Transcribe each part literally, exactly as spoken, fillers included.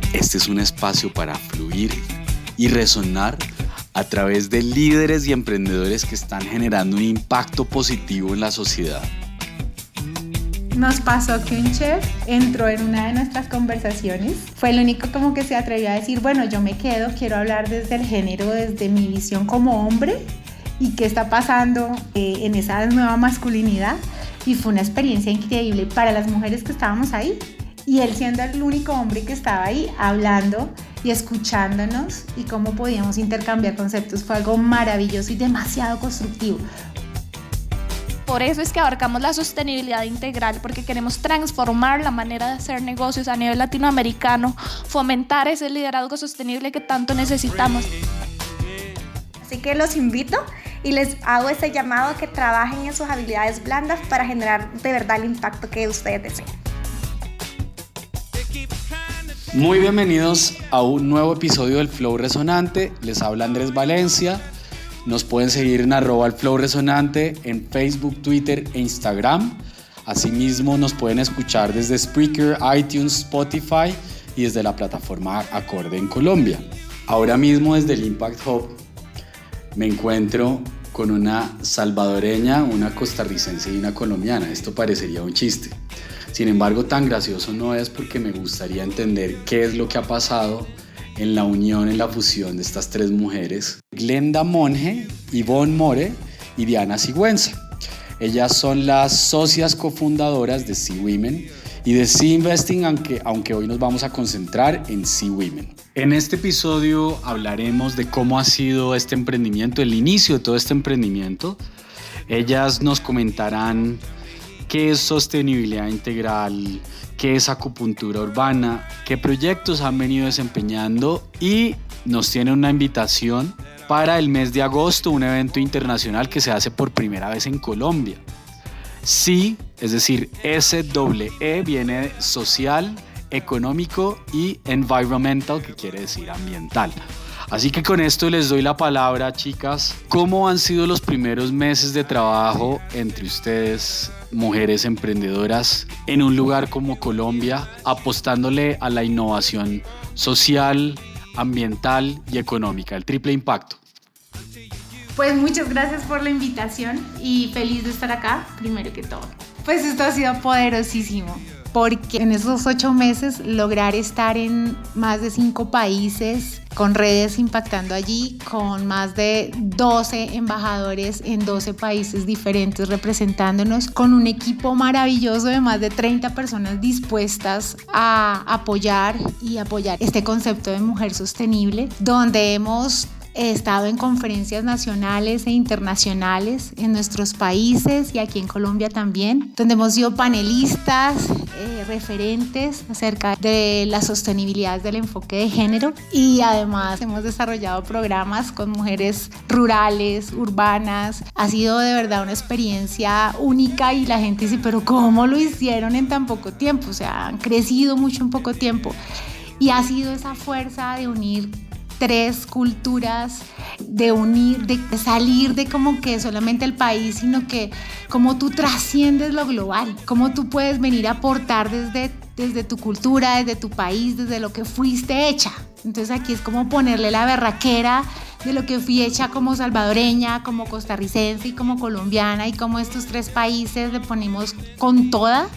Este es un espacio para fluir y resonar a través de líderes y emprendedores que están generando un impacto positivo en la sociedad. Nos pasó que un chef entró en una de nuestras conversaciones. Fue el único como que se atrevió a decir, bueno, yo me quedo, quiero hablar desde el género, desde mi visión como hombre y qué está pasando eh, en esa nueva masculinidad. Y fue una experiencia increíble para las mujeres que estábamos ahí. Y él siendo el único hombre que estaba ahí hablando y escuchándonos y cómo podíamos intercambiar conceptos. Fue algo maravilloso y demasiado constructivo. Por eso es que abarcamos la sostenibilidad integral, porque queremos transformar la manera de hacer negocios a nivel latinoamericano, fomentar ese liderazgo sostenible que tanto necesitamos. Así que los invito y les hago este llamado a que trabajen en sus habilidades blandas para generar de verdad el impacto que ustedes deseen. Muy bienvenidos a un nuevo episodio del Flow Resonante. Les habla Andrés Valencia. Nos pueden seguir en arroba el Flow Resonante en Facebook, Twitter e Instagram. Asimismo nos pueden escuchar desde Spreaker, iTunes, Spotify y desde la plataforma Acorde en Colombia. Ahora mismo desde el Impact Hub me encuentro con una salvadoreña, una costarricense y una colombiana. Esto parecería un chiste. Sin embargo, tan gracioso no es, porque me gustaría entender qué es lo que ha pasado en la unión, en la fusión de estas tres mujeres. Glenda Monge, Ivonne More y Diana Sigüenza. Ellas son las socias cofundadoras de Sea Women y de Sea Investing, aunque, aunque hoy nos vamos a concentrar en Sea Women. En este episodio hablaremos de cómo ha sido este emprendimiento, el inicio de todo este emprendimiento. Ellas nos comentarán qué es sostenibilidad integral, qué es acupuntura urbana, qué proyectos han venido desempeñando, y nos tienen una invitación para el mes de agosto, un evento internacional que se hace por primera vez en Colombia. Sí, es decir, S E E viene de social, económico y environmental, que quiere decir ambiental. Así que con esto les doy la palabra, chicas. ¿Cómo han sido los primeros meses de trabajo entre ustedes, mujeres emprendedoras, en un lugar como Colombia, apostándole a la innovación social, ambiental y económica, el triple impacto? Pues muchas gracias por la invitación y feliz de estar acá, primero que todo. Pues esto ha sido poderosísimo, porque en esos ocho meses lograr estar en más de cinco países, con redes impactando allí, con más de doce embajadores en doce países diferentes representándonos, con un equipo maravilloso de más de treinta personas dispuestas a apoyar y apoyar este concepto de mujer sostenible, donde hemos He estado en conferencias nacionales e internacionales en nuestros países y aquí en Colombia también, donde hemos sido panelistas, eh, referentes acerca de la sostenibilidad del enfoque de género, y además hemos desarrollado programas con mujeres rurales, urbanas. Ha sido de verdad una experiencia única y la gente dice, pero ¿cómo lo hicieron en tan poco tiempo? O sea, han crecido mucho en poco tiempo, y ha sido esa fuerza de unir tres culturas, de unir, de salir de como que solamente el país, sino que como tú trasciendes lo global, cómo tú puedes venir a aportar desde, desde tu cultura, desde tu país, desde lo que fuiste hecha. Entonces aquí es como ponerle la berraquera de lo que fui hecha como salvadoreña, como costarricense y como colombiana, y como estos tres países le ponemos con toda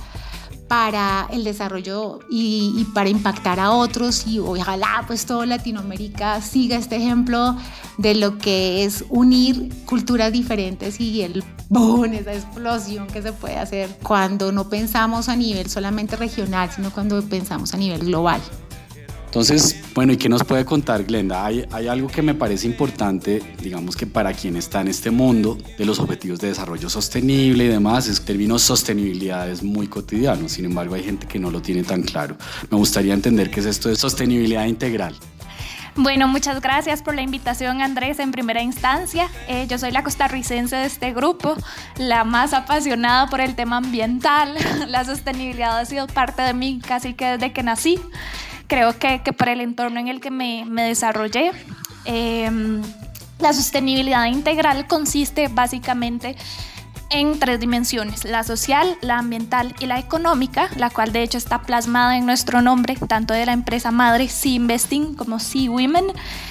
para el desarrollo y, y para impactar a otros, y ojalá pues todo Latinoamérica siga este ejemplo de lo que es unir culturas diferentes y el boom, esa explosión que se puede hacer cuando no pensamos a nivel solamente regional, sino cuando pensamos a nivel global. Entonces, bueno, ¿y qué nos puede contar Glenda? Hay, hay algo que me parece importante, digamos que para quien está en este mundo de los objetivos de desarrollo sostenible y demás, es que el término sostenibilidad es muy cotidiano, sin embargo hay gente que no lo tiene tan claro. Me gustaría entender qué es esto de sostenibilidad integral. Bueno, muchas gracias por la invitación, Andrés, en primera instancia. Eh, yo soy la costarricense de este grupo, la más apasionada por el tema ambiental. La sostenibilidad ha sido parte de mí casi que desde que nací. Creo que, que por el entorno en el que me, me desarrollé. Eh, la sostenibilidad integral consiste básicamente en tres dimensiones: la social, la ambiental y la económica, la cual de hecho está plasmada en nuestro nombre, tanto de la empresa madre Sea Investing como Sea Women.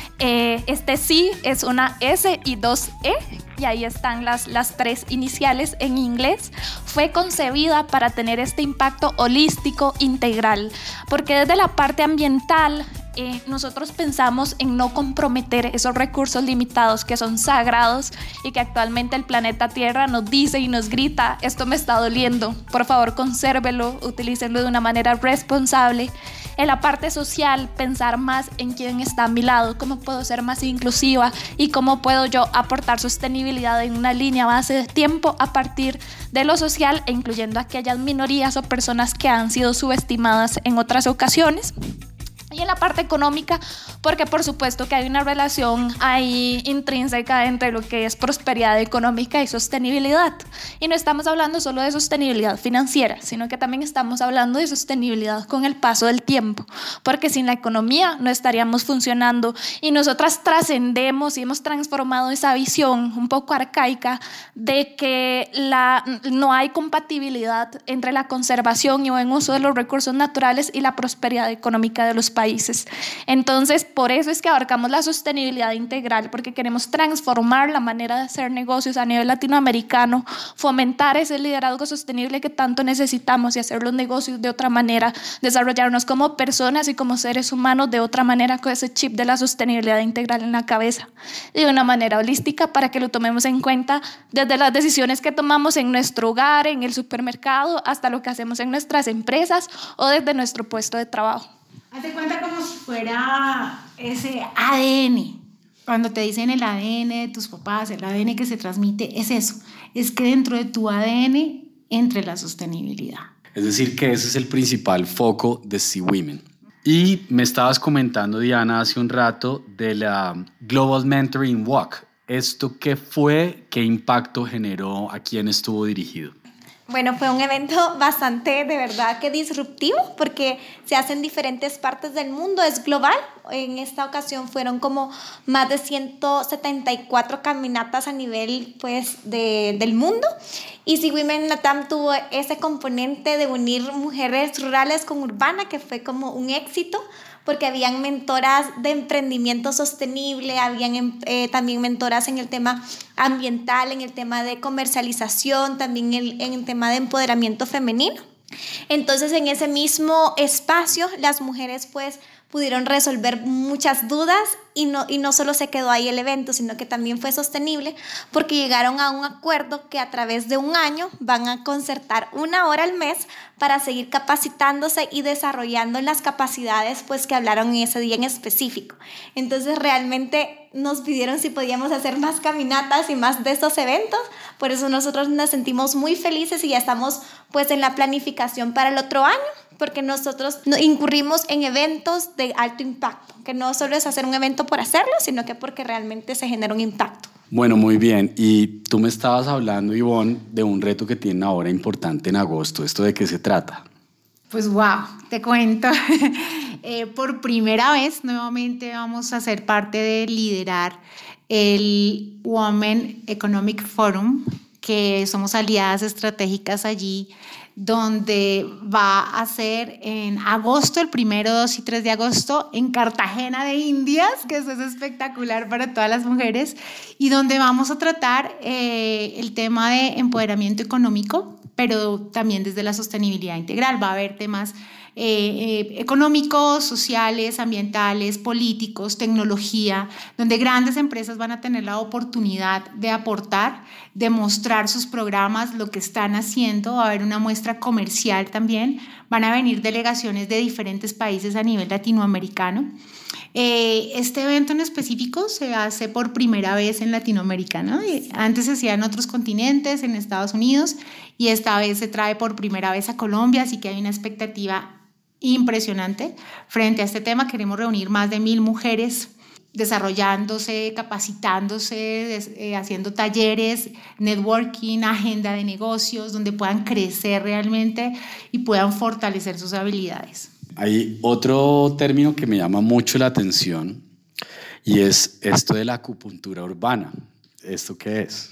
Eh, este sí es una S y dos E, y ahí están las, las tres iniciales en inglés. Fue concebida para tener este impacto holístico integral, porque desde la parte ambiental eh, nosotros pensamos en no comprometer esos recursos limitados que son sagrados y que actualmente el planeta Tierra nos dice y nos grita: esto me está doliendo, por favor consérvelo, utilícenlo de una manera responsable. En la parte social, pensar más en quién está a mi lado, cómo puedo ser más inclusiva y cómo puedo yo aportar sostenibilidad en una línea base de tiempo a partir de lo social e incluyendo a aquellas minorías o personas que han sido subestimadas en otras ocasiones. Y en la parte económica, porque por supuesto que hay una relación ahí intrínseca entre lo que es prosperidad económica y sostenibilidad. Y no estamos hablando solo de sostenibilidad financiera, sino que también estamos hablando de sostenibilidad con el paso del tiempo, porque sin la economía no estaríamos funcionando, y nosotras trascendemos y hemos transformado esa visión un poco arcaica de que la, no hay compatibilidad entre la conservación y buen uso de los recursos naturales y la prosperidad económica de los países. países. Entonces, por eso es que abarcamos la sostenibilidad integral, porque queremos transformar la manera de hacer negocios a nivel latinoamericano, fomentar ese liderazgo sostenible que tanto necesitamos y hacer los negocios de otra manera, desarrollarnos como personas y como seres humanos de otra manera, con ese chip de la sostenibilidad integral en la cabeza y de una manera holística, para que lo tomemos en cuenta desde las decisiones que tomamos en nuestro hogar, en el supermercado, hasta lo que hacemos en nuestras empresas o desde nuestro puesto de trabajo. Hazte cuenta como si fuera ese A D N. Cuando te dicen el A D N de tus papás, el A D N que se transmite, es eso. Es que dentro de tu A D N entre la sostenibilidad. Es decir, que ese es el principal foco de Sea Women. Y me estabas comentando, Diana, hace un rato de la Global Mentoring Walk. ¿Esto qué fue? ¿Qué impacto generó? ¿A quién estuvo dirigido? Bueno, fue un evento bastante, de verdad, que disruptivo, porque se hace en diferentes partes del mundo, es global. En esta ocasión fueron como más de ciento setenta y cuatro caminatas a nivel, pues, de, del mundo. Y Sea Women Latam tuvo ese componente de unir mujeres rurales con urbanas, que fue como un éxito, porque habían mentoras de emprendimiento sostenible, habían eh, también mentoras en el tema ambiental, en el tema de comercialización, también el, en el tema de empoderamiento femenino. Entonces, en ese mismo espacio, las mujeres pues pudieron resolver muchas dudas, y no, y no solo se quedó ahí el evento, sino que también fue sostenible, porque llegaron a un acuerdo que a través de un año van a concertar una hora al mes para seguir capacitándose y desarrollando las capacidades pues que hablaron en ese día en específico. Entonces realmente nos pidieron si podíamos hacer más caminatas y más de estos eventos, por eso nosotros nos sentimos muy felices y ya estamos pues en la planificación para el otro año, porque nosotros incurrimos en eventos de alto impacto, que no solo es hacer un evento por hacerlo, sino que porque realmente se genera un impacto. Bueno, muy bien. Y tú me estabas hablando, Ivonne, de un reto que tienen ahora importante en agosto. ¿Esto de qué se trata? Pues wow, te cuento. eh, por primera vez nuevamente vamos a ser parte de liderar el Women Economic Forum, que somos aliadas estratégicas allí, donde va a ser en agosto, el primero, dos y tres de agosto, en Cartagena de Indias, que eso es espectacular para todas las mujeres, y donde vamos a tratar eh, el tema de empoderamiento económico, pero también desde la sostenibilidad integral. Va a haber temas eh, eh, económicos, sociales, ambientales, políticos, tecnología, donde grandes empresas van a tener la oportunidad de aportar, de mostrar sus programas, lo que están haciendo. Va a haber una muestra comercial también. Van a venir delegaciones de diferentes países a nivel latinoamericano. Eh, este evento en específico se hace por primera vez en Latinoamérica, ¿no? Antes se hacía en otros continentes, en Estados Unidos, y esta vez se trae por primera vez a Colombia, así que hay una expectativa impresionante frente a este tema. Queremos reunir más de mil mujeres desarrollándose, capacitándose, des, eh, haciendo talleres, networking, agenda de negocios, donde puedan crecer realmente y puedan fortalecer sus habilidades. Hay otro término que me llama mucho la atención, y es esto de la acupuntura urbana. ¿Esto qué es?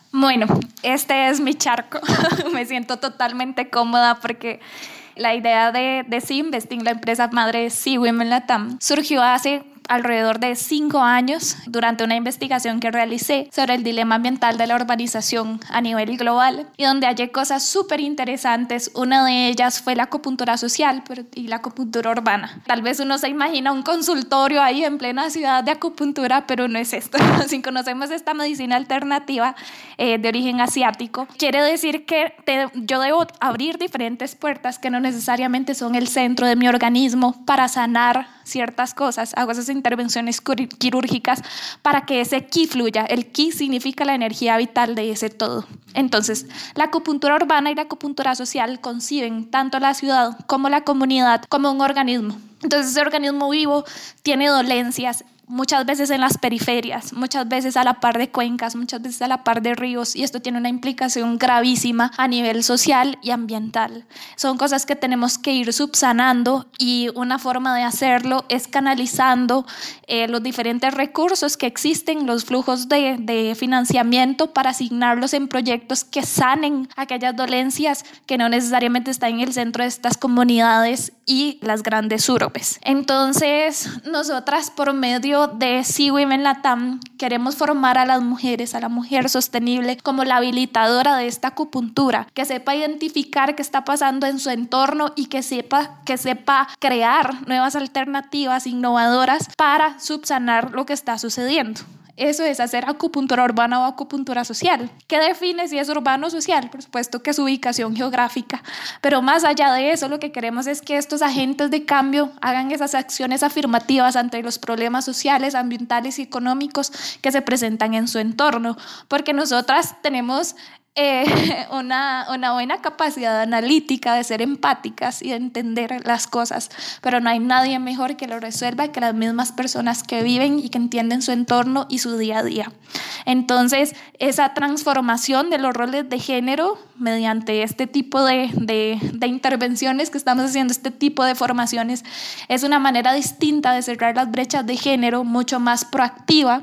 Bueno, este es mi charco. Me siento totalmente cómoda porque la idea de, de Seainvesting, la empresa madre de Sea Women Latam, surgió hace alrededor de cinco años durante una investigación que realicé sobre el dilema ambiental de la urbanización a nivel global y donde hallé cosas súper interesantes. Una de ellas fue la acupuntura social y la acupuntura urbana. Tal vez uno se imagina un consultorio ahí en plena ciudad de acupuntura, pero no es esto. Si conocemos esta medicina alternativa eh, de origen asiático, quiere decir que te, yo debo abrir diferentes puertas que no necesariamente son el centro de mi organismo para sanar ciertas cosas. Hago esas intervenciones quirúrgicas para que ese ki fluya. El ki significa la energía vital de ese todo. Entonces, la acupuntura urbana y la acupuntura social conciben tanto la ciudad como la comunidad como un organismo. Entonces, ese organismo vivo tiene dolencias, muchas veces en las periferias, muchas veces a la par de cuencas, muchas veces a la par de ríos, y esto tiene una implicación gravísima a nivel social y ambiental. Son cosas que tenemos que ir subsanando, y una forma de hacerlo es canalizando eh, los diferentes recursos que existen, los flujos de, de financiamiento, para asignarlos en proyectos que sanen aquellas dolencias que no necesariamente están en el centro de estas comunidades y las grandes urbes. Entonces, nosotras por medio de Sea Women Latam queremos formar a las mujeres, a la mujer sostenible, como la habilitadora de esta acupuntura, que sepa identificar qué está pasando en su entorno y que sepa, que sepa crear nuevas alternativas innovadoras para subsanar lo que está sucediendo. Eso es hacer acupuntura urbana o acupuntura social. ¿Qué define si es urbano o social? Por supuesto que es ubicación geográfica, pero más allá de eso, lo que queremos es que estos agentes de cambio hagan esas acciones afirmativas ante los problemas sociales, ambientales y económicos que se presentan en su entorno, porque nosotras tenemos Eh, una, una buena capacidad analítica de ser empáticas y de entender las cosas, pero no hay nadie mejor que lo resuelva que las mismas personas que viven y que entienden su entorno y su día a día. Entonces, esa transformación de los roles de género mediante este tipo de, de, de intervenciones que estamos haciendo, este tipo de formaciones, es una manera distinta de cerrar las brechas de género, mucho más proactiva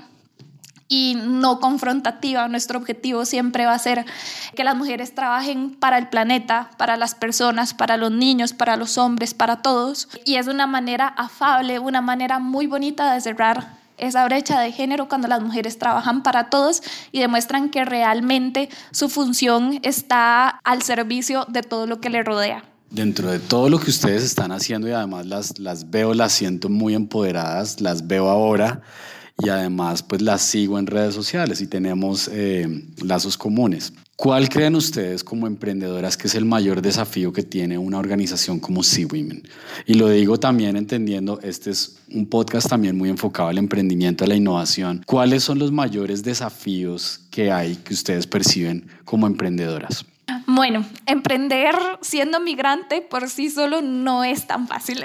y no confrontativa. Nuestro objetivo siempre va a ser que las mujeres trabajen para el planeta, para las personas, para los niños, para los hombres, para todos. Y es una manera afable, una manera muy bonita de cerrar esa brecha de género cuando las mujeres trabajan para todos y demuestran que realmente su función está al servicio de todo lo que le rodea. Dentro de todo lo que ustedes están haciendo, y además las, las veo, las siento muy empoderadas, las veo ahora, y además pues las sigo en redes sociales y tenemos eh, lazos comunes. ¿Cuál creen ustedes como emprendedoras que es el mayor desafío que tiene una organización como Sea Women? Y lo digo también entendiendo, este es un podcast también muy enfocado al emprendimiento, a la innovación. ¿Cuáles son los mayores desafíos que hay, que ustedes perciben como emprendedoras? Bueno, emprender siendo migrante por sí solo no es tan fácil.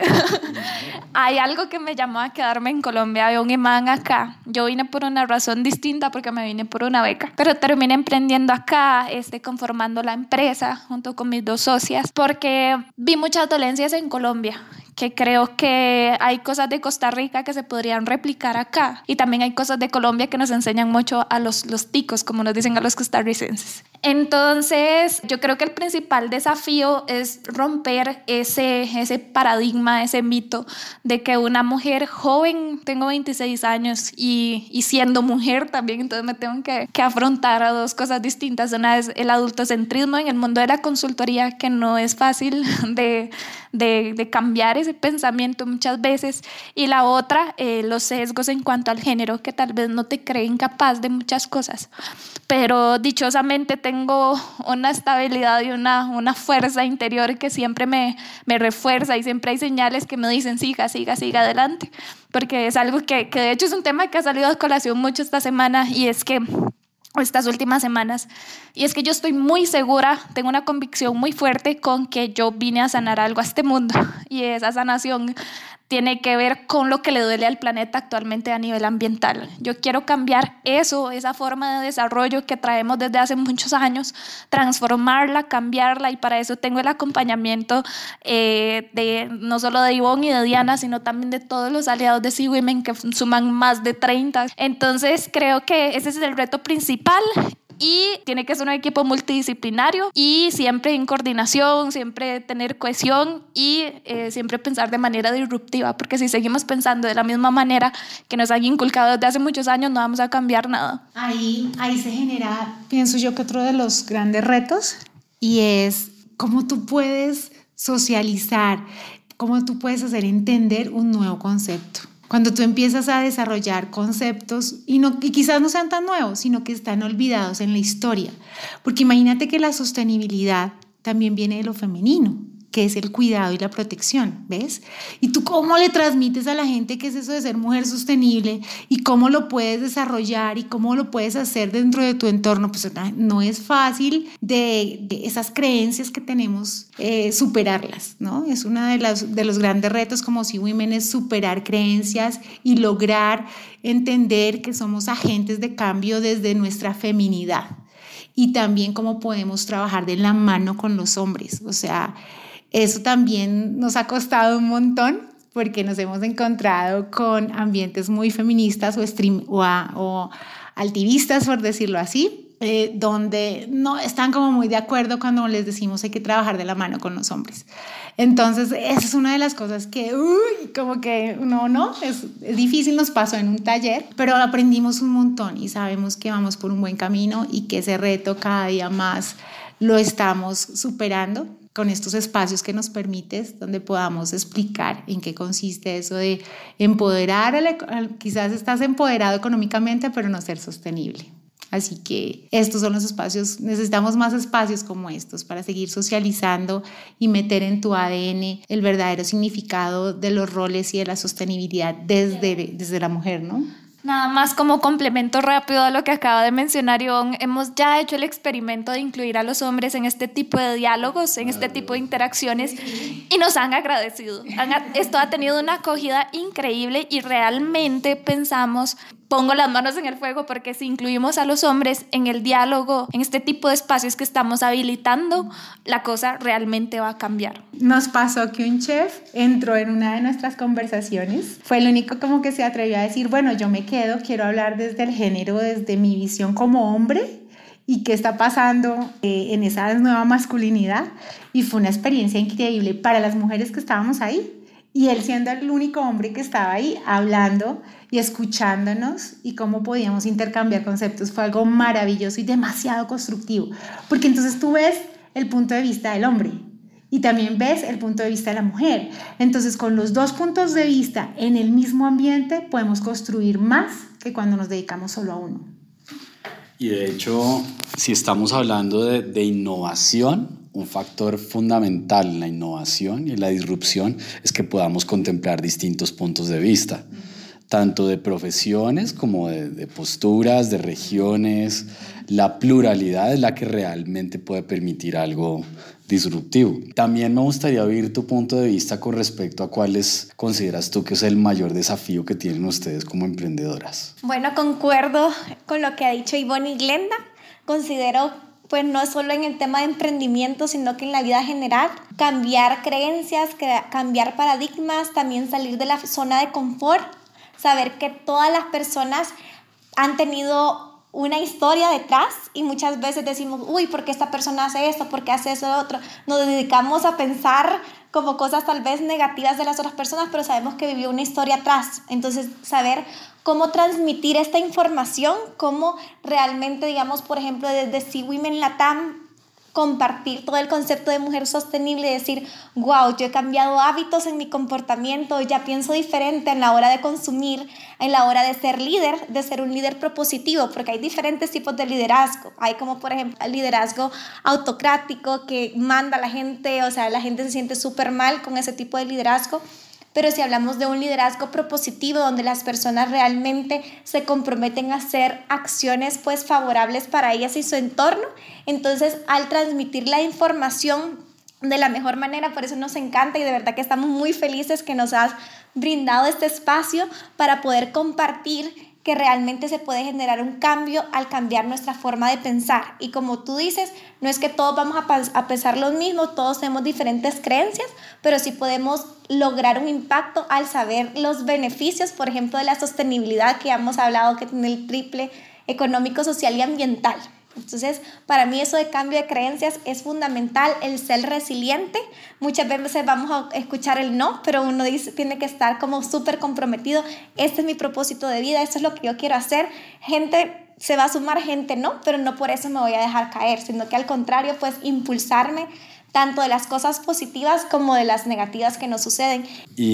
Hay algo que me llamó a quedarme en Colombia. Había un imán acá. Yo vine por una razón distinta porque me vine por una beca, pero terminé emprendiendo acá, este, conformando la empresa junto con mis dos socias, porque vi muchas dolencias en Colombia, que creo que hay cosas de Costa Rica que se podrían replicar acá, y también hay cosas de Colombia que nos enseñan mucho a los, los ticos, como nos dicen a los costarricenses. Entonces, yo creo que el principal desafío es romper ese, ese paradigma, ese mito de que una mujer joven, tengo veintiséis años y, y siendo mujer también, entonces me tengo que, que afrontar a dos cosas distintas. Una es el adultocentrismo en el mundo de la consultoría, que no es fácil de, de, de cambiar ese pensamiento muchas veces, y la otra, eh, los sesgos en cuanto al género, que tal vez no te creen capaz de muchas cosas, pero dichosamente tengo una estabilidad y una, una fuerza interior que siempre me, me refuerza, y siempre hay señales que me dicen siga, siga, siga adelante, porque es algo que, que de hecho es un tema que ha salido a colación mucho esta semana, y es que estas últimas semanas, y es que yo estoy muy segura, tengo una convicción muy fuerte con que yo vine a sanar algo a este mundo, y esa sanación tiene que ver con lo que le duele al planeta actualmente a nivel ambiental. Yo quiero cambiar eso, esa forma de desarrollo que traemos desde hace muchos años, transformarla, cambiarla, y para eso tengo el acompañamiento eh, de, no solo de Ivonne y de Diana, sino también de todos los aliados de Sea Women, que suman más de treinta. Entonces creo que ese es el reto principal. y tiene que ser un equipo multidisciplinario y siempre en coordinación, siempre tener cohesión y eh, siempre pensar de manera disruptiva, porque si seguimos pensando de la misma manera que nos han inculcado desde hace muchos años, no vamos a cambiar nada. Ahí, ahí se genera, pienso yo, que otro de los grandes retos, y es cómo tú puedes socializar, cómo tú puedes hacer entender un nuevo concepto. Cuando tú empiezas a desarrollar conceptos y, no, y quizás no sean tan nuevos, sino que están olvidados en la historia. Porque imagínate que la sostenibilidad también viene de lo femenino, que es el cuidado y la protección, ¿ves? Y tú cómo le transmites a la gente qué es eso de ser mujer sostenible y cómo lo puedes desarrollar y cómo lo puedes hacer dentro de tu entorno. Pues no es fácil de, de esas creencias que tenemos, eh, superarlas, ¿no? Es uno de, las, de los grandes retos como Sea Women, es superar creencias y lograr entender que somos agentes de cambio desde nuestra feminidad, y también cómo podemos trabajar de la mano con los hombres. O sea, eso también nos ha costado un montón, porque nos hemos encontrado con ambientes muy feministas o, stream, o, a, o altivistas, por decirlo así, eh, donde no están como muy de acuerdo cuando les decimos hay que trabajar de la mano con los hombres. Entonces, esa es una de las cosas que, uy, como que no, no, es, es difícil, nos pasó en un taller, pero aprendimos un montón y sabemos que vamos por un buen camino y que ese reto cada día más lo estamos superando con estos espacios que nos permites, donde podamos explicar en qué consiste eso de empoderar, a la, a, quizás estás empoderado económicamente, pero no ser sostenible. Así que estos son los espacios, necesitamos más espacios como estos para seguir socializando y meter en tu A D N el verdadero significado de los roles y de la sostenibilidad desde, desde la mujer, ¿no? Nada más como complemento rápido a lo que acaba de mencionar Ivonne, hemos ya hecho el experimento de incluir a los hombres en este tipo de diálogos, en este tipo de interacciones, y nos han agradecido. Esto ha tenido una acogida increíble y realmente pensamos, pongo las manos en el fuego, porque si incluimos a los hombres en el diálogo, en este tipo de espacios que estamos habilitando, la cosa realmente va a cambiar. Nos pasó que un chef entró en una de nuestras conversaciones, fue el único como que se atrevió a decir, bueno, yo me quedo, quiero hablar desde el género, desde mi visión como hombre y qué está pasando eh, en esa nueva masculinidad, y fue una experiencia increíble para las mujeres que estábamos ahí. Y él siendo el único hombre que estaba ahí hablando y escuchándonos y cómo podíamos intercambiar conceptos, fue algo maravilloso y demasiado constructivo, porque entonces tú ves el punto de vista del hombre y también ves el punto de vista de la mujer. Entonces con los dos puntos de vista en el mismo ambiente podemos construir más que cuando nos dedicamos solo a uno. Y de hecho, si estamos hablando de, de innovación, un factor fundamental en la innovación y en la disrupción es que podamos contemplar distintos puntos de vista, tanto de profesiones como de, de posturas, de regiones. La pluralidad es la que realmente puede permitir algo disruptivo. También me gustaría oír tu punto de vista con respecto a cuáles consideras tú que es el mayor desafío que tienen ustedes como emprendedoras. Bueno, concuerdo con lo que ha dicho Ivonne y Glenda. Considero, pues no solo en el tema de emprendimiento, sino que en la vida general, cambiar creencias, cambiar paradigmas, también salir de la zona de confort, saber que todas las personas han tenido una historia detrás y muchas veces decimos, uy, ¿por qué esta persona hace esto? ¿Por qué hace eso otro? Nos dedicamos a pensar como cosas tal vez negativas de las otras personas, pero sabemos que vivió una historia atrás. Entonces, saber cómo transmitir esta información, cómo realmente, digamos, por ejemplo, desde Sea Women Latam, compartir todo el concepto de mujer sostenible y decir, wow, yo he cambiado hábitos en mi comportamiento, ya pienso diferente en la hora de consumir, en la hora de ser líder, de ser un líder propositivo, porque hay diferentes tipos de liderazgo. Hay como, por ejemplo, el liderazgo autocrático que manda a la gente, o sea, la gente se siente súper mal con ese tipo de liderazgo. Pero si hablamos de un liderazgo propositivo donde las personas realmente se comprometen a hacer acciones pues favorables para ellas y su entorno, entonces al transmitir la información de la mejor manera, por eso nos encanta y de verdad que estamos muy felices que nos has brindado este espacio para poder compartir que realmente se puede generar un cambio al cambiar nuestra forma de pensar. Y como tú dices, no es que todos vamos a, a pensar lo mismo, todos tenemos diferentes creencias, pero sí podemos lograr un impacto al saber los beneficios, por ejemplo, de la sostenibilidad que hemos hablado que tiene el triple económico, social y ambiental. Entonces, para mí eso de cambio de creencias es fundamental, el ser resiliente. Muchas veces vamos a escuchar el no, pero uno dice, tiene que estar como súper comprometido. Este es mi propósito de vida, esto es lo que yo quiero hacer. Gente, se va a sumar, gente no, pero no por eso me voy a dejar caer, sino que al contrario, pues impulsarme tanto de las cosas positivas como de las negativas que nos suceden.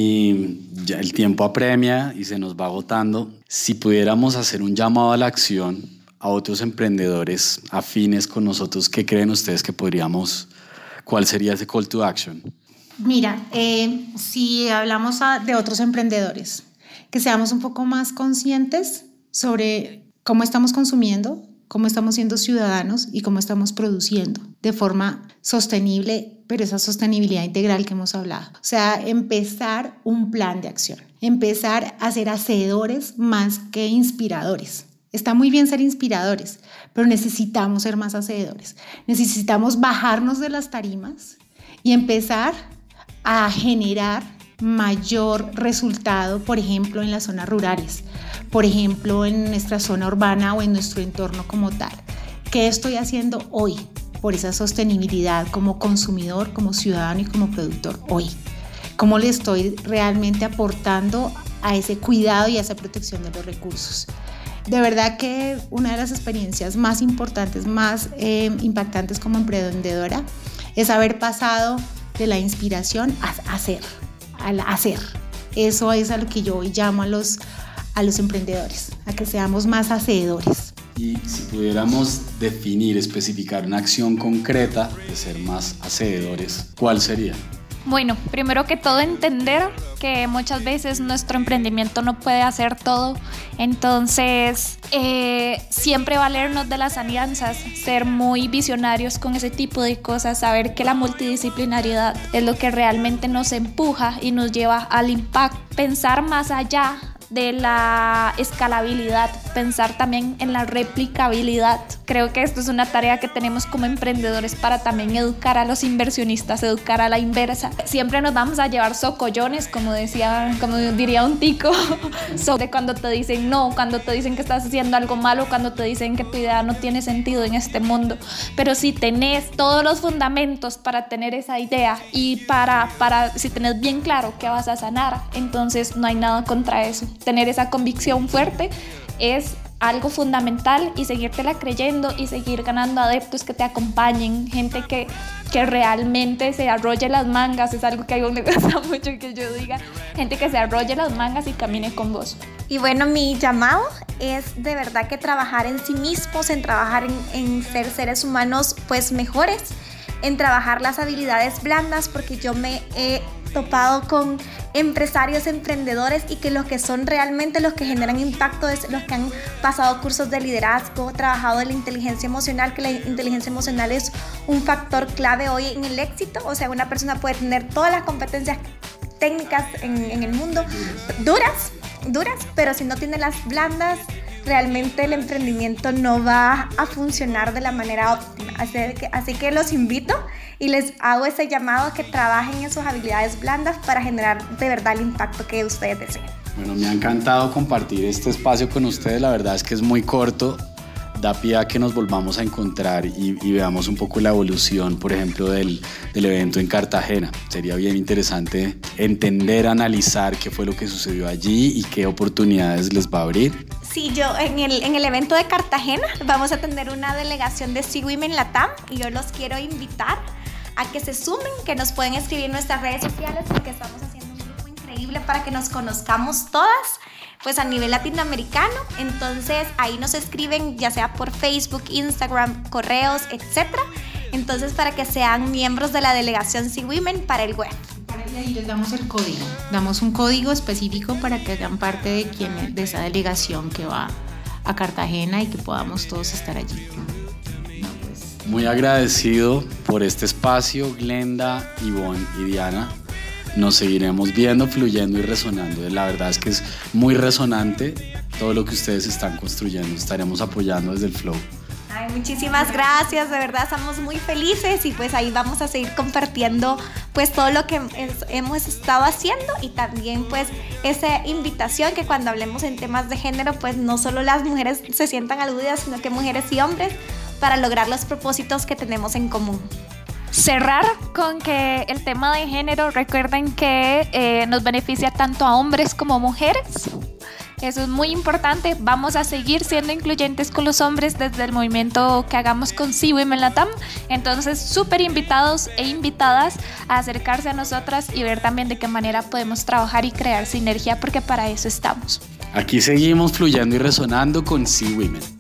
Y ya el tiempo apremia y se nos va agotando. Si pudiéramos hacer un llamado a la acción a otros emprendedores afines con nosotros, ¿qué creen ustedes que podríamos, cuál sería ese call to action? Mira, eh, si hablamos a, de otros emprendedores, que seamos un poco más conscientes sobre cómo estamos consumiendo, cómo estamos siendo ciudadanos y cómo estamos produciendo de forma sostenible, pero esa sostenibilidad integral que hemos hablado. O sea, empezar un plan de acción, empezar a ser hacedores más que inspiradores. Está muy bien ser inspiradores, pero necesitamos ser más hacedores. Necesitamos bajarnos de las tarimas y empezar a generar mayor resultado, por ejemplo, en las zonas rurales, por ejemplo, en nuestra zona urbana o en nuestro entorno como tal. ¿Qué estoy haciendo hoy por esa sostenibilidad como consumidor, como ciudadano y como productor hoy? ¿Cómo le estoy realmente aportando a ese cuidado y a esa protección de los recursos? De verdad que una de las experiencias más importantes, más eh, impactantes como emprendedora es haber pasado de la inspiración a hacer, al hacer. Eso es a lo que yo hoy llamo a los, a los emprendedores, a que seamos más hacedores. Y si pudiéramos definir, especificar una acción concreta de ser más hacedores, ¿cuál sería? Bueno, primero que todo entender que muchas veces nuestro emprendimiento no puede hacer todo, entonces eh, siempre valernos de las alianzas, ser muy visionarios con ese tipo de cosas, saber que la multidisciplinariedad es lo que realmente nos empuja y nos lleva al impacto, pensar más allá de la escalabilidad, pensar también en la replicabilidad. Creo que esto es una tarea que tenemos como emprendedores para también educar a los inversionistas, educar a la inversa. Siempre nos vamos a llevar socollones, como decía, como diría un tico, sobre cuando te dicen no, cuando te dicen que estás haciendo algo malo, cuando te dicen que tu idea no tiene sentido en este mundo. Pero si tenés todos los fundamentos para tener esa idea y para, para si tenés bien claro que vas a sanar, entonces no hay nada contra eso. Tener esa convicción fuerte es algo fundamental y seguírtela creyendo y seguir ganando adeptos que te acompañen, gente que, que realmente se arrolle las mangas, es algo que a mí me gusta mucho que yo diga, gente que se arrolle las mangas y camine con vos. Y bueno, mi llamado es de verdad que trabajar en sí mismos, en trabajar en, en ser seres humanos pues mejores, en trabajar las habilidades blandas, porque yo me he topado con empresarios, emprendedores y que los que son realmente los que generan impacto es los que han pasado cursos de liderazgo, trabajado en la inteligencia emocional, que la inteligencia emocional es un factor clave hoy en el éxito. O sea, una persona puede tener todas las competencias técnicas en, en el mundo, duras, duras, pero si no tiene las blandas, realmente el emprendimiento no va a funcionar de la manera óptima. Así que, así que los invito y les hago ese llamado a que trabajen en sus habilidades blandas para generar de verdad el impacto que ustedes deseen. Bueno, me ha encantado compartir este espacio con ustedes. La verdad es que es muy corto. Da pie a que nos volvamos a encontrar y, y veamos un poco la evolución, por ejemplo, del, del evento en Cartagena. Sería bien interesante entender, analizar qué fue lo que sucedió allí y qué oportunidades les va a abrir. Sí, yo en el, en el evento de Cartagena vamos a tener una delegación de Sea Women Latam y yo los quiero invitar a que se sumen, que nos pueden escribir en nuestras redes sociales porque estamos haciendo un grupo increíble para que nos conozcamos todas, pues a nivel latinoamericano. Entonces ahí nos escriben ya sea por Facebook, Instagram, correos, etcétera. Entonces para que sean miembros de la delegación Sea Women para el web. Y ahí les damos el código, damos un código específico para que hagan parte de, quien, de esa delegación que va a Cartagena y que podamos todos estar allí. No, pues. Muy agradecido por este espacio, Glenda, Ivonne y Diana. Nos seguiremos viendo, fluyendo y resonando. La verdad es que es muy resonante todo lo que ustedes están construyendo. Estaremos apoyando desde el Flow. Ay, muchísimas gracias, de verdad estamos muy felices y pues ahí vamos a seguir compartiendo pues todo lo que es, hemos estado haciendo y también pues esa invitación que cuando hablemos en temas de género pues no solo las mujeres se sientan aludidas, sino que mujeres y hombres para lograr los propósitos que tenemos en común. Cerrar con que el tema de género, recuerden que eh, nos beneficia tanto a hombres como mujeres. Eso es muy importante. Vamos a seguir siendo incluyentes con los hombres desde el movimiento que hagamos con Sea Women Latam. Entonces, súper invitados e invitadas a acercarse a nosotras y ver también de qué manera podemos trabajar y crear sinergia, porque para eso estamos. Aquí seguimos fluyendo y resonando con Sea Women.